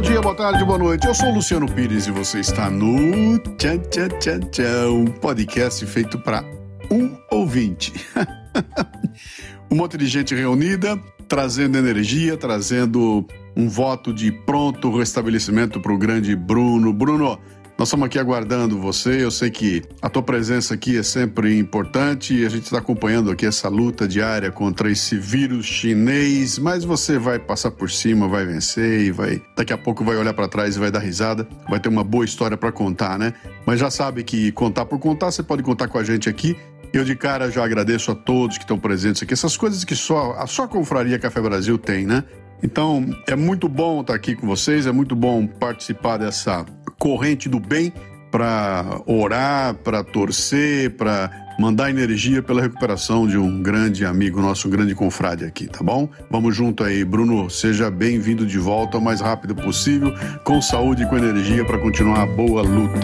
bom dia, boa tarde, boa noite. Eu sou o Luciano Pires e você está no Tchan Tchan Tchan Tchan, um podcast feito para um ouvinte. Um monte de gente reunida, trazendo energia, trazendo um voto de pronto restabelecimento para o grande Bruno. Bruno, nós estamos aqui aguardando você. Eu sei que a tua presença aqui é sempre importante e a gente está acompanhando aqui essa luta diária contra esse vírus chinês, mas você vai passar por cima, vai vencer e daqui a pouco vai olhar para trás e vai dar risada. Vai ter uma boa história para contar, né? Mas já sabe que contar por contar, você pode contar com a gente aqui. Eu de cara já agradeço a todos que estão presentes aqui. Essas coisas que só a Confraria Café Brasil tem, né? Então, é muito bom estar aqui com vocês, é muito bom participar dessa corrente do bem para orar, para torcer, para mandar energia pela recuperação de um grande amigo nosso, um grande confrade aqui, tá bom? Vamos junto aí, Bruno, seja bem-vindo de volta o mais rápido possível, com saúde e com energia para continuar a boa luta.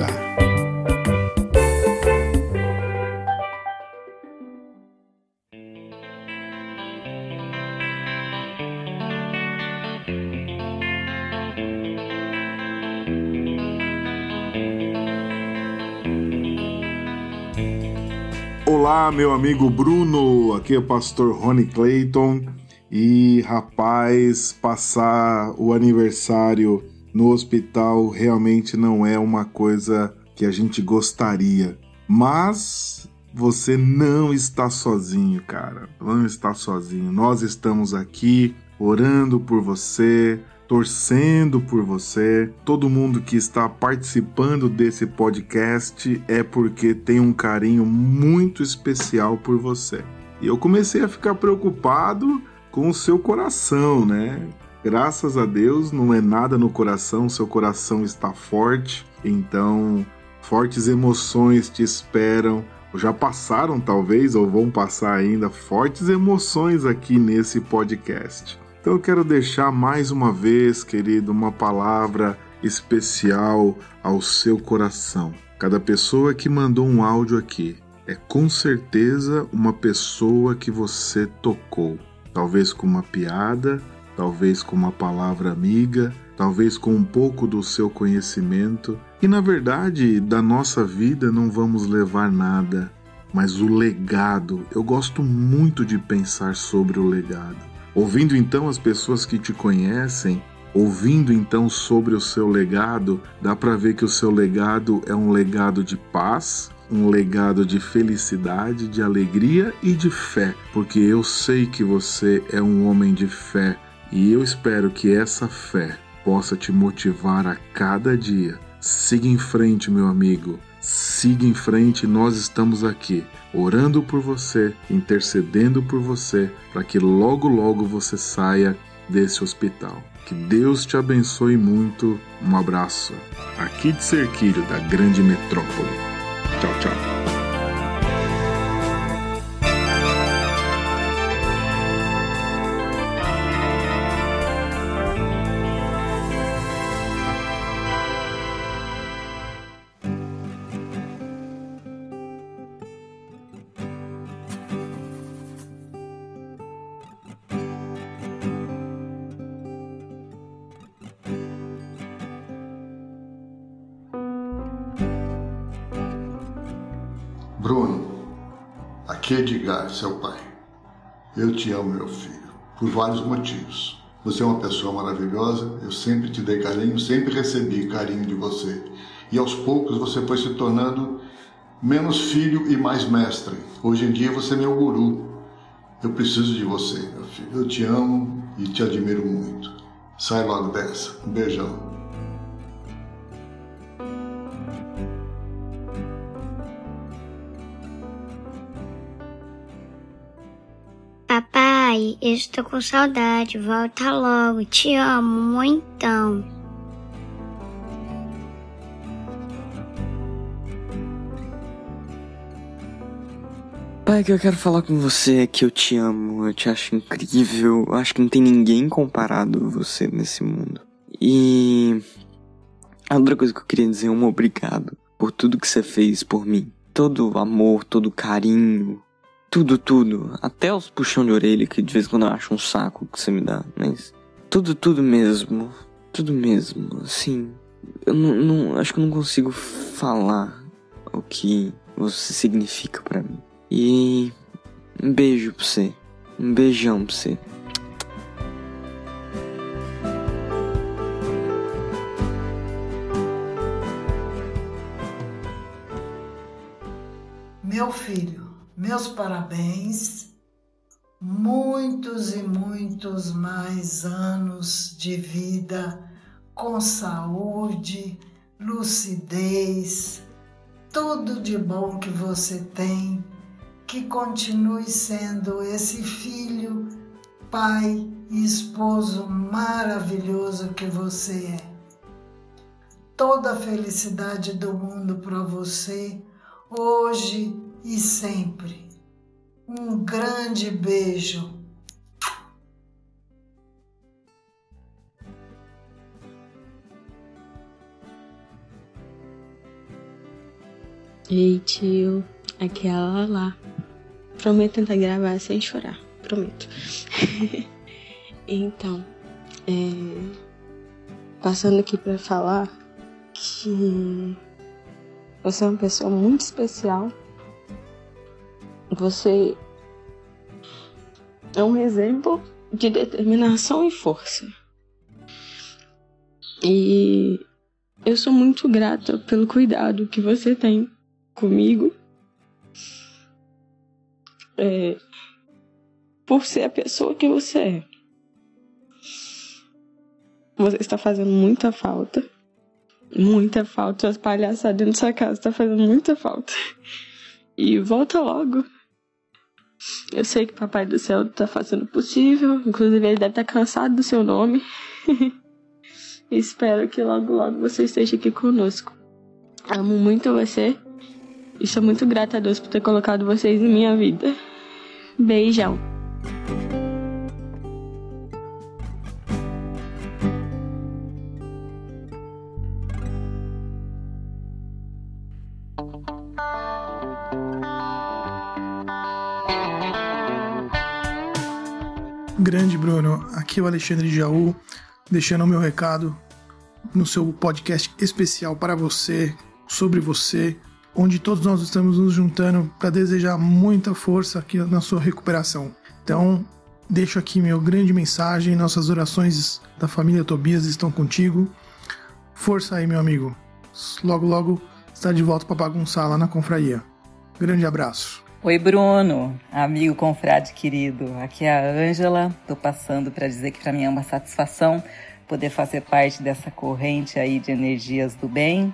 Olá, meu amigo Bruno, aqui é o pastor Rony Clayton e, rapaz, passar o aniversário no hospital realmente não é uma coisa que a gente gostaria, mas você não está sozinho, cara, não está sozinho. Nós estamos aqui orando por você, torcendo por você. Todo mundo que está participando desse podcast é porque tem um carinho muito especial por você. E eu comecei a ficar preocupado com o seu coração, né? Graças a Deus não é nada no coração, seu coração está forte, então fortes emoções te esperam. Já passaram talvez, ou vão passar ainda, fortes emoções aqui nesse podcast. Então eu quero deixar mais uma vez, querido, uma palavra especial ao seu coração. Cada pessoa que mandou um áudio aqui é com certeza uma pessoa que você tocou. Talvez com uma piada, talvez com uma palavra amiga, talvez com um pouco do seu conhecimento. E na verdade, da nossa vida não vamos levar nada, mas o legado. Eu gosto muito de pensar sobre o legado. Ouvindo então as pessoas que te conhecem, ouvindo então sobre o seu legado, dá para ver que o seu legado é um legado de paz, um legado de felicidade, de alegria e de fé, porque eu sei que você é um homem de fé e eu espero que essa fé possa te motivar a cada dia. Siga em frente, meu amigo. Siga em frente, nós estamos aqui, orando por você, intercedendo por você, para que logo, logo você saia desse hospital. Que Deus te abençoe muito. Um abraço. Aqui de Cerquilho, da grande metrópole. Tchau, tchau. Bruno, aqui é Edgar, seu pai. Eu te amo, meu filho, por vários motivos. Você é uma pessoa maravilhosa, eu sempre te dei carinho, sempre recebi carinho de você. E aos poucos você foi se tornando menos filho e mais mestre. Hoje em dia você é meu guru. Eu preciso de você, meu filho. Eu te amo e te admiro muito. Sai logo dessa. Um beijão. Papai, eu estou com saudade, volta logo, te amo muitão. Pai, que eu quero falar com você, que eu te amo, eu te acho incrível, eu acho que não tem ninguém comparado a você nesse mundo. E a outra coisa que eu queria dizer é um obrigado por tudo que você fez por mim. Todo o amor, todo o carinho, tudo. Até os puxão de orelha que de vez em quando eu acho um saco que você me dá, mas tudo mesmo tudo mesmo, assim. Eu não acho que eu não consigo falar o que você significa pra mim. E um beijo pra você. Um beijão pra você. Meu filho, meus parabéns. Muitos e muitos mais anos de vida com saúde, lucidez, tudo de bom que você tem, que continue sendo esse filho, pai e esposo maravilhoso que você é. Toda a felicidade do mundo para você, hoje e sempre. Um grande beijo. Ei, tio, aqui é a Lala. Prometo tentar gravar sem chorar, prometo. Então, passando aqui pra falar que você é uma pessoa muito especial. Você é um exemplo de determinação e força. E eu sou muito grata pelo cuidado que você tem comigo. Por ser a pessoa que você é. Você está fazendo muita falta. Muita falta. Suas palhaçadas dentro da sua casa estão fazendo muita falta. E volta logo. Eu sei que o Papai do Céu está fazendo o possível. Inclusive ele deve estar cansado do seu nome. Espero que logo logo você esteja aqui conosco. Amo muito você. E sou muito grata a Deus por ter colocado vocês em minha vida. Beijão. Grande Bruno, aqui é o Alexandre de Jaú, deixando o meu recado no seu podcast especial para você, sobre você, onde todos nós estamos nos juntando para desejar muita força aqui na sua recuperação. Então, deixo aqui minha grande mensagem, nossas orações da família Tobias estão contigo. Força aí, meu amigo. Logo, logo está de volta para bagunçar lá na confraria. Grande abraço. Oi, Bruno, amigo confrade querido. Aqui é a Ângela. Tô passando para dizer que para mim é uma satisfação poder fazer parte dessa corrente aí de energias do bem.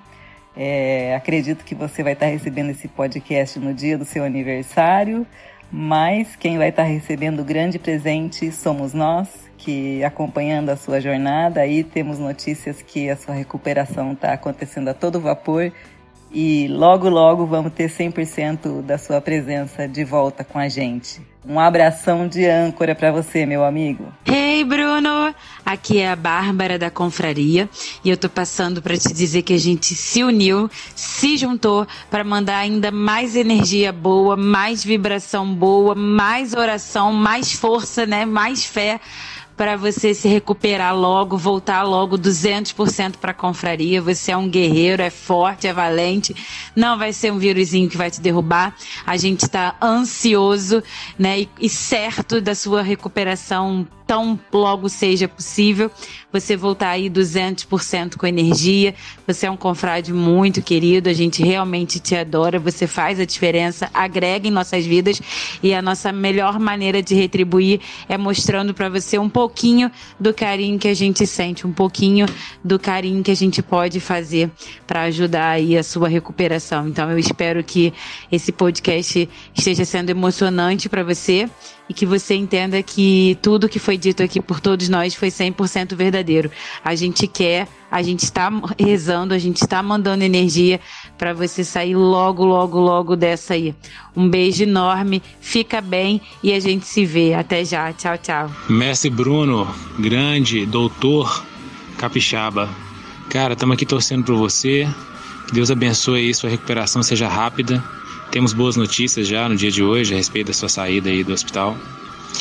Acredito que você vai estar recebendo esse podcast no dia do seu aniversário, mas quem vai estar recebendo o grande presente somos nós, que acompanhando a sua jornada, aí temos notícias que a sua recuperação está acontecendo a todo vapor e logo, logo vamos ter 100% da sua presença de volta com a gente. Um abração de âncora para você, meu amigo. Ei, Bruno! Aqui é a Bárbara da Confraria e eu tô passando para te dizer que a gente se uniu, se juntou para mandar ainda mais energia boa, mais vibração boa, mais oração, mais força, né? Mais fé para você se recuperar logo, voltar logo 200% para a confraria. Você é um guerreiro, é forte, é valente, não vai ser um vírusinho que vai te derrubar. A gente está ansioso, né, e certo da sua recuperação tão logo seja possível, você voltar aí 200% com energia. Você é um confrade muito querido, a gente realmente te adora, você faz a diferença, agrega em nossas vidas e a nossa melhor maneira de retribuir é mostrando para você um pouquinho do carinho que a gente sente, um pouquinho do carinho que a gente pode fazer para ajudar aí a sua recuperação. Então eu espero que esse podcast esteja sendo emocionante para você e que você entenda que tudo que foi dito aqui por todos nós foi 100% verdadeiro. A gente quer, a gente está rezando, a gente está mandando energia para você sair logo, logo, logo dessa aí. Um beijo enorme, fica bem e a gente se vê. Até já, tchau, tchau. Mestre Bruno, grande doutor capixaba. Cara, estamos aqui torcendo por você. Que Deus abençoe aí, sua recuperação seja rápida. Temos boas notícias já no dia de hoje a respeito da sua saída aí do hospital.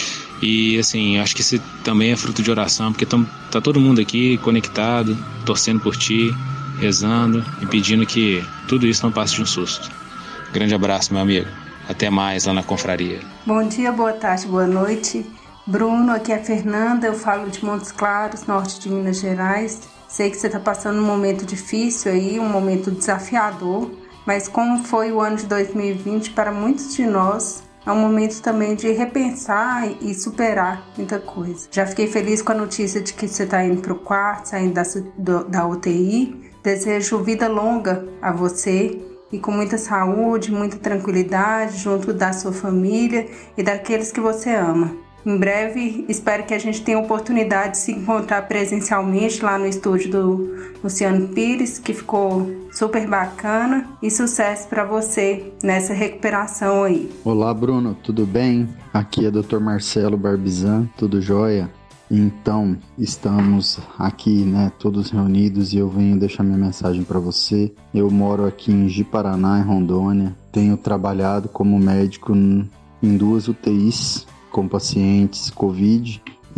E assim, acho que isso também é fruto de oração, porque tá todo mundo aqui conectado, torcendo por ti, rezando e pedindo que tudo isso não passe de um susto. Grande abraço, meu amigo. Até mais lá na confraria. Bom dia, boa tarde, boa noite. Bruno, aqui é a Fernanda, eu falo de Montes Claros, norte de Minas Gerais. Sei que você está passando um momento difícil aí, um momento desafiador, mas como foi o ano de 2020 para muitos de nós, é um momento também de repensar e superar muita coisa. Já fiquei feliz com a notícia de que você está indo para o quarto, saindo da UTI. Desejo vida longa a você e com muita saúde, muita tranquilidade junto da sua família e daqueles que você ama. Em breve, espero que a gente tenha a oportunidade de se encontrar presencialmente lá no estúdio do Luciano Pires, que ficou super bacana, e sucesso para você nessa recuperação aí. Olá, Bruno, tudo bem? Aqui é o Dr. Marcelo Barbizan, tudo jóia? Então, estamos aqui, né, todos reunidos e eu venho deixar minha mensagem para você. Eu moro aqui em Ji-Paraná, em Rondônia, tenho trabalhado como médico em 2 UTIs, com pacientes Covid,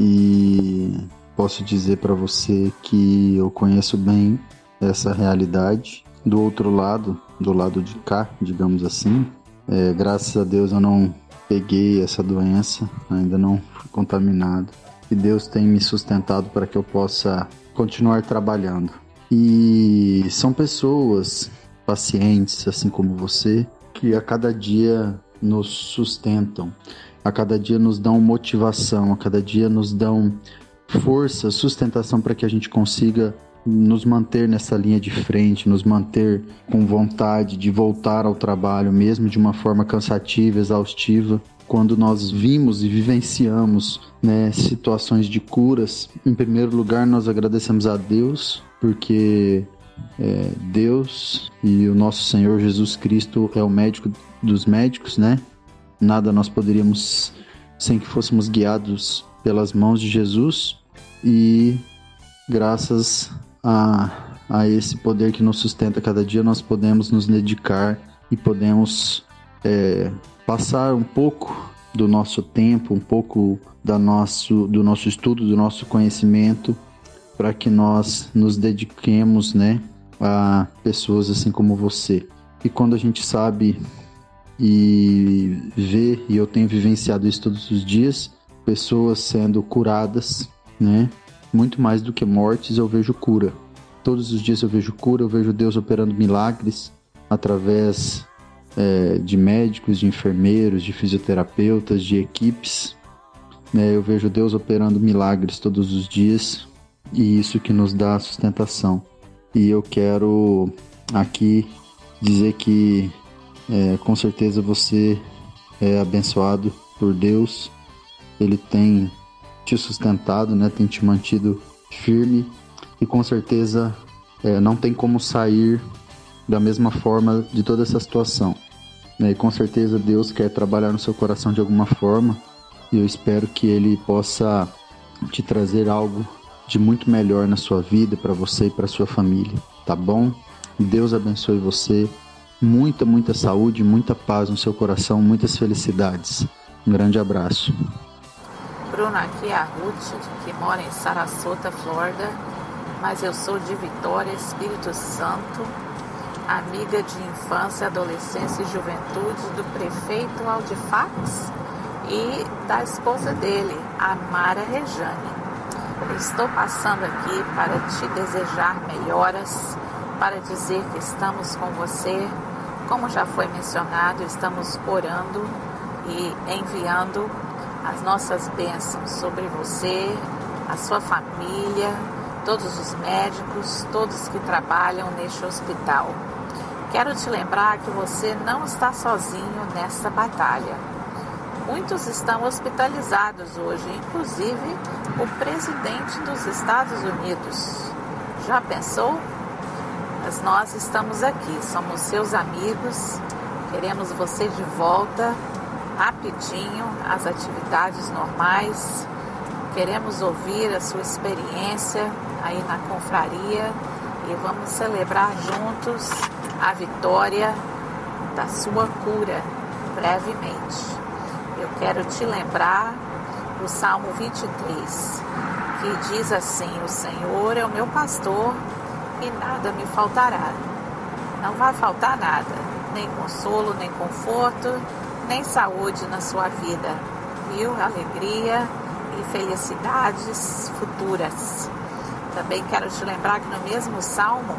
e posso dizer para você que eu conheço bem essa realidade. Do outro lado, do lado de cá, digamos assim, graças a Deus eu não peguei essa doença, ainda não fui contaminado, e Deus tem me sustentado para que eu possa continuar trabalhando. E são pessoas, pacientes, assim como você, que a cada dia nos sustentam, a cada dia nos dão motivação, a cada dia nos dão força, sustentação para que a gente consiga nos manter nessa linha de frente, nos manter com vontade de voltar ao trabalho, mesmo de uma forma cansativa, exaustiva. Quando nós vimos e vivenciamos, né, situações de curas, em primeiro lugar nós agradecemos a Deus, porque Deus e o nosso Senhor Jesus Cristo é o médico dos médicos, né? Nada nós poderíamos sem que fôssemos guiados pelas mãos de Jesus, e graças a esse poder que nos sustenta cada dia, nós podemos nos dedicar e podemos passar um pouco do nosso tempo, um pouco do nosso estudo, do nosso conhecimento, para que nós nos dediquemos, né, a pessoas assim como você. E quando a gente sabe e vê, e eu tenho vivenciado isso todos os dias, pessoas sendo curadas, né? Muito mais do que mortes, eu vejo cura. Todos os dias eu vejo cura, eu vejo Deus operando milagres através de médicos, de enfermeiros, de fisioterapeutas, de equipes, né? Eu vejo Deus operando milagres todos os dias, e isso que nos dá sustentação. E eu quero aqui dizer que com certeza você é abençoado por Deus. Ele tem te sustentado, né? Tem te mantido firme, e com certeza não tem como sair da mesma forma de toda essa situação, né? E com certeza Deus quer trabalhar no seu coração de alguma forma, e eu espero que Ele possa te trazer algo de muito melhor na sua vida, para você e para sua família, tá bom? Deus abençoe você. Muita, muita saúde, muita paz no seu coração, muitas felicidades. Um grande abraço. Bruno, aqui é a Ruth, que mora em Sarasota, Flórida, mas eu sou de Vitória, Espírito Santo, amiga de infância, adolescência e juventude do prefeito Aldifax e da esposa dele, a Mara Rejane. Estou passando aqui para te desejar melhoras, para dizer que estamos com você. Como já foi mencionado, estamos orando e enviando as nossas bênçãos sobre você, a sua família, todos os médicos, todos que trabalham neste hospital. Quero te lembrar que você não está sozinho nessa batalha. Muitos estão hospitalizados hoje, inclusive o presidente dos Estados Unidos. Já pensou? Mas nós estamos aqui, somos seus amigos, queremos você de volta, rapidinho, às atividades normais. Queremos ouvir a sua experiência aí na confraria e vamos celebrar juntos a vitória da sua cura, brevemente. Eu quero te lembrar o Salmo 23, que diz assim: o Senhor é o meu pastor e nada me faltará. Não vai faltar nada, nem consolo, nem conforto, nem saúde na sua vida, viu? Alegria e felicidades futuras. Também quero te lembrar que no mesmo Salmo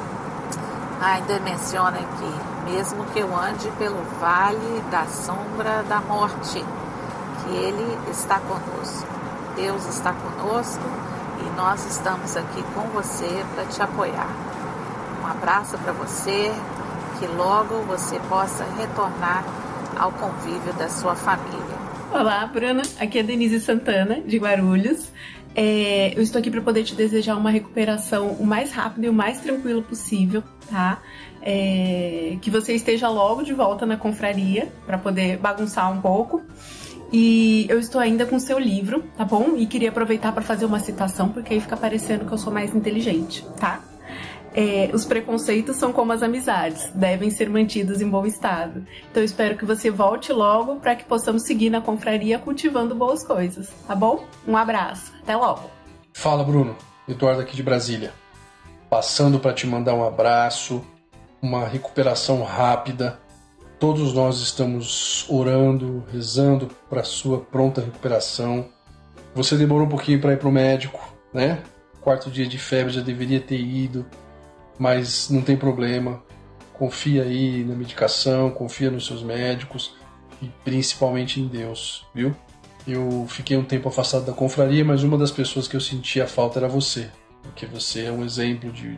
ainda menciona que mesmo que eu ande pelo vale da sombra da morte, que Ele está conosco. Deus está conosco e nós estamos aqui com você para te apoiar. Um abraço para você, que logo você possa retornar ao convívio da sua família. Olá, Bruna. Aqui é Denise Santana, de Guarulhos. Eu estou aqui para poder te desejar uma recuperação o mais rápida e o mais tranquila possível, tá? Que você esteja logo de volta na confraria para poder bagunçar um pouco. E eu estou ainda com o seu livro, tá bom? E queria aproveitar para fazer uma citação, porque aí fica parecendo que eu sou mais inteligente, tá? Os preconceitos são como as amizades, devem ser mantidos em bom estado. Então eu espero que você volte logo para que possamos seguir na confraria cultivando boas coisas, tá bom? Um abraço, até logo. Fala, Bruno. Eduardo aqui de Brasília. Passando para te mandar um abraço, uma recuperação rápida. Todos nós estamos orando, rezando para a sua pronta recuperação. Você demorou um pouquinho para ir para o médico, né? 4º dia de febre, já deveria ter ido. Mas não tem problema, confia aí na medicação, confia nos seus médicos e principalmente em Deus, viu? Eu fiquei um tempo afastado da confraria, mas uma das pessoas que eu sentia falta era você, porque você é um exemplo de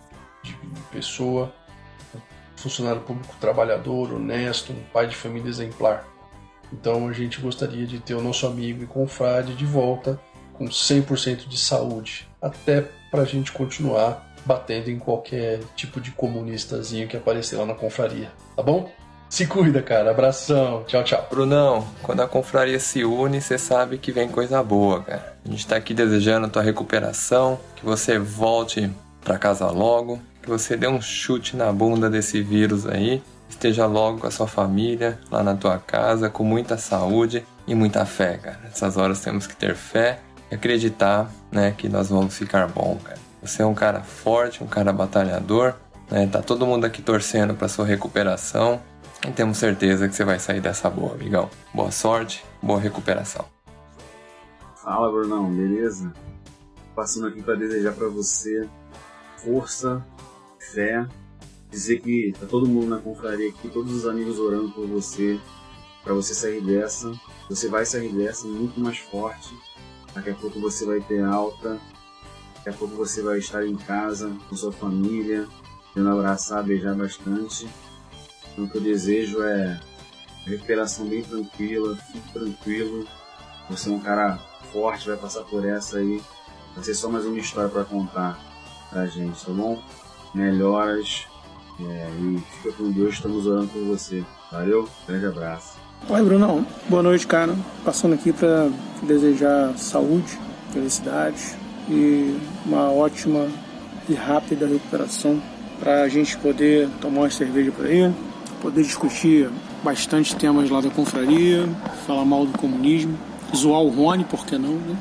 pessoa, um funcionário público trabalhador, honesto, um pai de família exemplar. Então a gente gostaria de ter o nosso amigo e confrade de volta com 100% de saúde, até pra gente continuar batendo em qualquer tipo de comunistazinho que aparecer lá na confraria, tá bom? Se cuida, cara. Abração. Tchau, tchau. Brunão, quando a confraria se une, você sabe que vem coisa boa, cara. A gente tá aqui desejando a tua recuperação, que você volte pra casa logo, que você dê um chute na bunda desse vírus aí, esteja logo com a sua família, lá na tua casa, com muita saúde e muita fé, cara. Nessas horas temos que ter fé e acreditar, né, que nós vamos ficar bom, cara. Você é um cara forte, um cara batalhador, né? Tá todo mundo aqui torcendo pra sua recuperação e temos certeza que você vai sair dessa boa, amigão. Boa sorte, boa recuperação. Fala, Brunão, beleza? Passando aqui pra desejar pra você força, fé, dizer que tá todo mundo na confraria aqui, todos os amigos orando por você, pra você sair dessa. Você vai sair dessa muito mais forte. Daqui a pouco você vai ter alta. Daqui a pouco você vai estar em casa, com sua família, tendo abraçar, beijar bastante. Então o que eu desejo é recuperação bem tranquila, fique tranquilo. Você é um cara forte, vai passar por essa aí. Vai ser só mais uma história para contar pra gente, tá bom? Melhoras e fica com Deus, estamos orando por você. Valeu, grande abraço. Oi, Brunão. Boa noite, cara. Passando aqui para desejar saúde, felicidade e uma ótima e rápida recuperação para a gente poder tomar uma cerveja por aí, poder discutir bastante temas lá da confraria, falar mal do comunismo, zoar o Rony, por que não, né?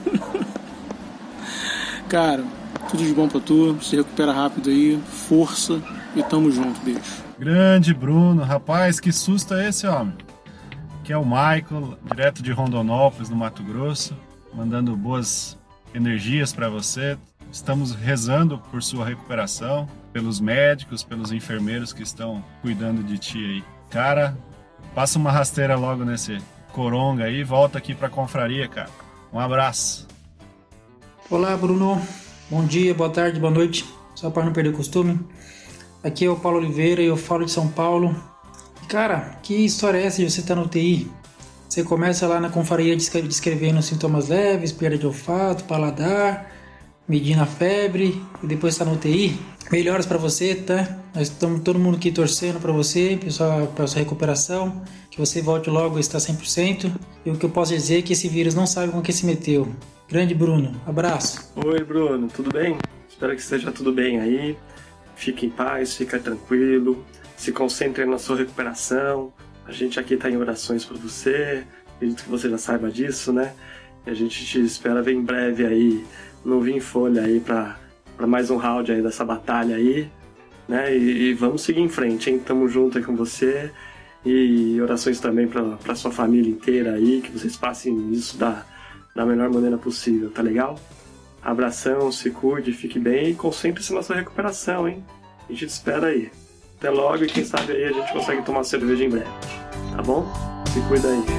Cara, tudo de bom pra tu, se recupera rápido aí, força e tamo junto, beijo. Grande Bruno, rapaz, que susto é esse, homem? Aqui é o Michael, direto de Rondonópolis, no Mato Grosso, mandando boas energias para você. Estamos rezando por sua recuperação, pelos médicos, pelos enfermeiros que estão cuidando de ti aí. Cara, passa uma rasteira logo nesse coronga aí e volta aqui pra confraria, cara. Um abraço. Olá, Bruno. Bom dia, boa tarde, boa noite. Só para não perder o costume. Aqui é o Paulo Oliveira e eu falo de São Paulo. Cara, que história é essa de você estar na UTI? Você começa lá na confraria descrevendo sintomas leves, perda de olfato, paladar, medindo a febre e depois está na UTI. Melhoras para você, tá? Nós estamos todo mundo aqui torcendo para você, pessoal, para sua recuperação, que você volte logo e está 100%. E o que eu posso dizer é que esse vírus não sabe com que se meteu. Grande Bruno, abraço. Oi, Bruno, tudo bem? Espero que esteja tudo bem aí. Fique em paz, fica tranquilo, se concentre na sua recuperação. A gente aqui está em orações por você, Acredito que você já saiba disso, né? E a gente te espera ver em breve aí, no Vim Folha aí pra mais um round aí dessa batalha aí, né? E vamos seguir em frente, hein? Tamo junto aí com você. E orações também pra sua família inteira aí, que vocês passem isso da melhor maneira possível, tá legal? Abração, se cuide, fique bem e concentre-se na sua recuperação, hein? A gente te espera aí. Até logo e quem sabe aí a gente consegue tomar cerveja em breve, tá bom? Se cuida aí.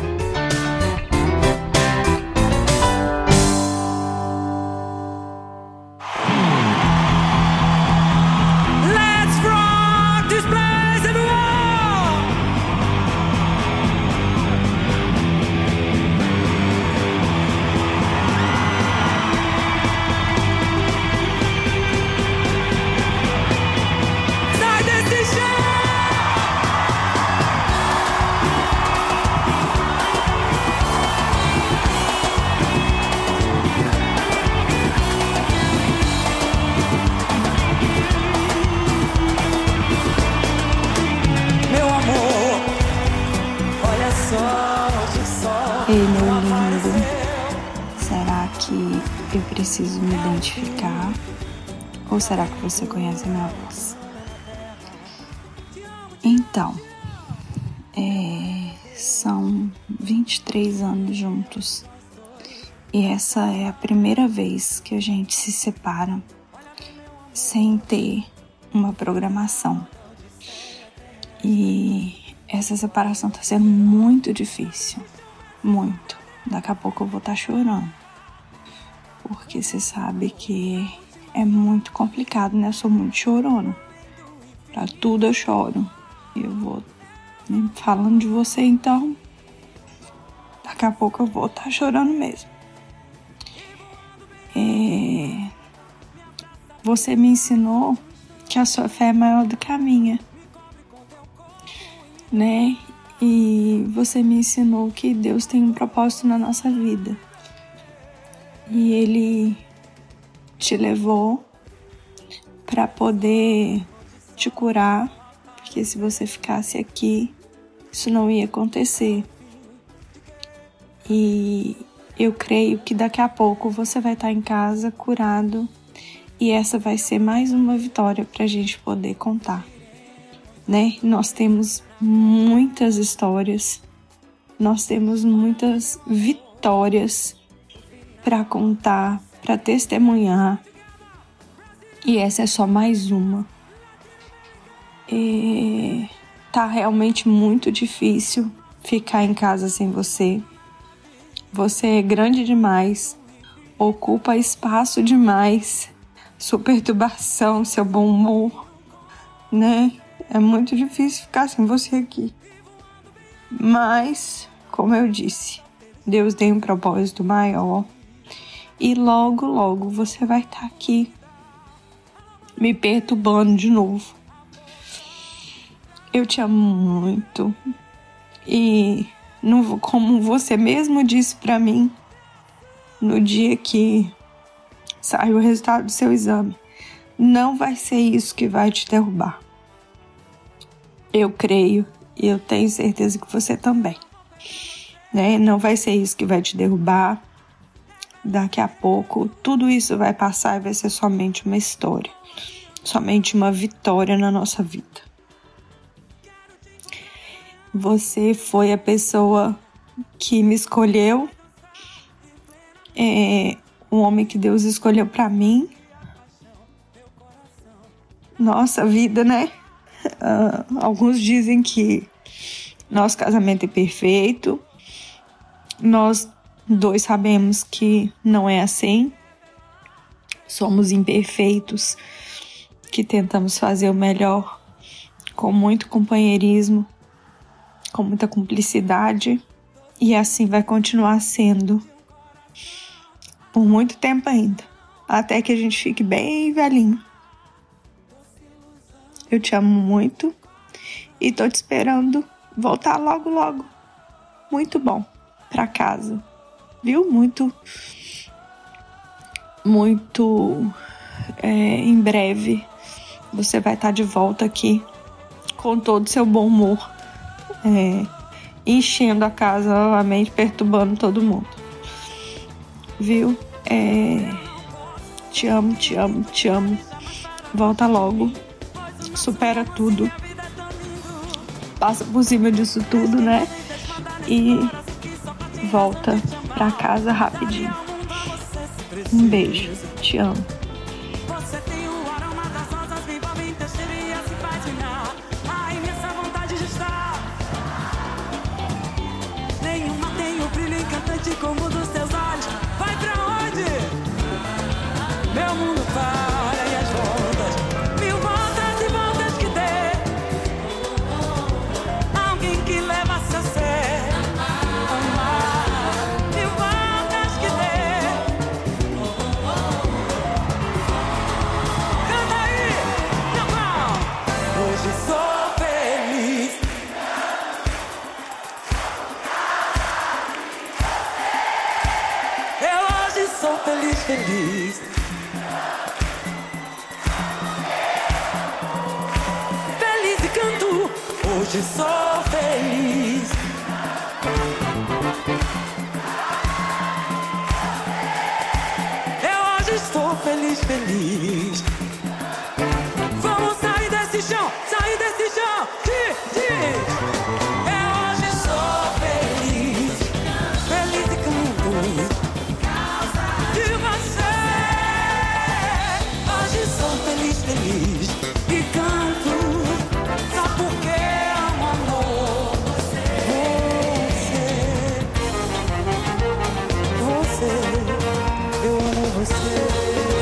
Ei, meu lindo, será que eu preciso me identificar? Ou será que você conhece a minha voz? Então, são 23 anos juntos. E essa é a primeira vez que a gente se separa sem ter uma programação. E essa separação tá sendo muito difícil. Muito. Daqui a pouco eu vou estar chorando. Porque você sabe que é muito complicado, né? Eu sou muito chorona. Pra tudo eu choro. Eu vou falando de você, então. Daqui a pouco eu vou estar chorando mesmo. Você me ensinou que a sua fé é maior do que a minha, né? E você me ensinou que Deus tem um propósito na nossa vida. E Ele te levou para poder te curar, porque se você ficasse aqui, isso não ia acontecer. E eu creio que daqui a pouco você vai estar em casa curado, e essa vai ser mais uma vitória para a gente poder contar, né? Nós temos muitas histórias, nós temos muitas vitórias para contar, para testemunhar, e essa é só mais uma. Tá realmente muito difícil ficar em casa sem você. Você é grande demais, ocupa espaço demais, sua perturbação, seu bom humor, né? É muito difícil ficar sem você aqui. Mas, como eu disse, Deus tem um propósito maior. E logo, logo você vai estar aqui me perturbando de novo. Eu te amo muito. E como você mesmo disse pra mim, no dia que saiu o resultado do seu exame, não vai ser isso que vai te derrubar. Eu creio e eu tenho certeza que você também, né? Não vai ser isso que vai te derrubar. Daqui a pouco tudo isso vai passar e vai ser somente uma história, somente uma vitória na nossa vida. Você foi a pessoa que me escolheu, o homem que Deus escolheu pra mim. Nossa vida, né? Alguns dizem que nosso casamento é perfeito. Nós dois sabemos que não é assim. Somos imperfeitos, que tentamos fazer o melhor com muito companheirismo, com muita cumplicidade, e assim vai continuar sendo por muito tempo ainda, até que a gente fique bem velhinho. Eu te amo muito e tô te esperando voltar logo, logo. Muito bom pra casa, viu? Muito em breve você vai estar de volta aqui com todo o seu bom humor. enchendo a casa novamente, perturbando todo mundo. Viu? Te amo, te amo, te amo. Volta logo. Supera tudo. Passa por cima disso tudo, né? E volta pra casa rapidinho. Um beijo. Te amo. Nenhuma tem o brilho encantante como o dos teus olhos. Vai pra onde? Meu mundo para e as voltas, mil voltas e voltas que dê. Alguém que leva a sério, amar, mil voltas que dê. Canta aí, meu irmão. Hoje sou feliz. Eu hoje sou feliz, feliz. Feliz e canto. Hoje sou feliz. Eu hoje estou feliz, feliz. Vamos sair desse chão, sair desse chão. Diz. Eu hoje sou feliz. Feliz e canto. De você. Hoje sou feliz, feliz. E canto. Sabe por quê, amor? Você. Eu amo você.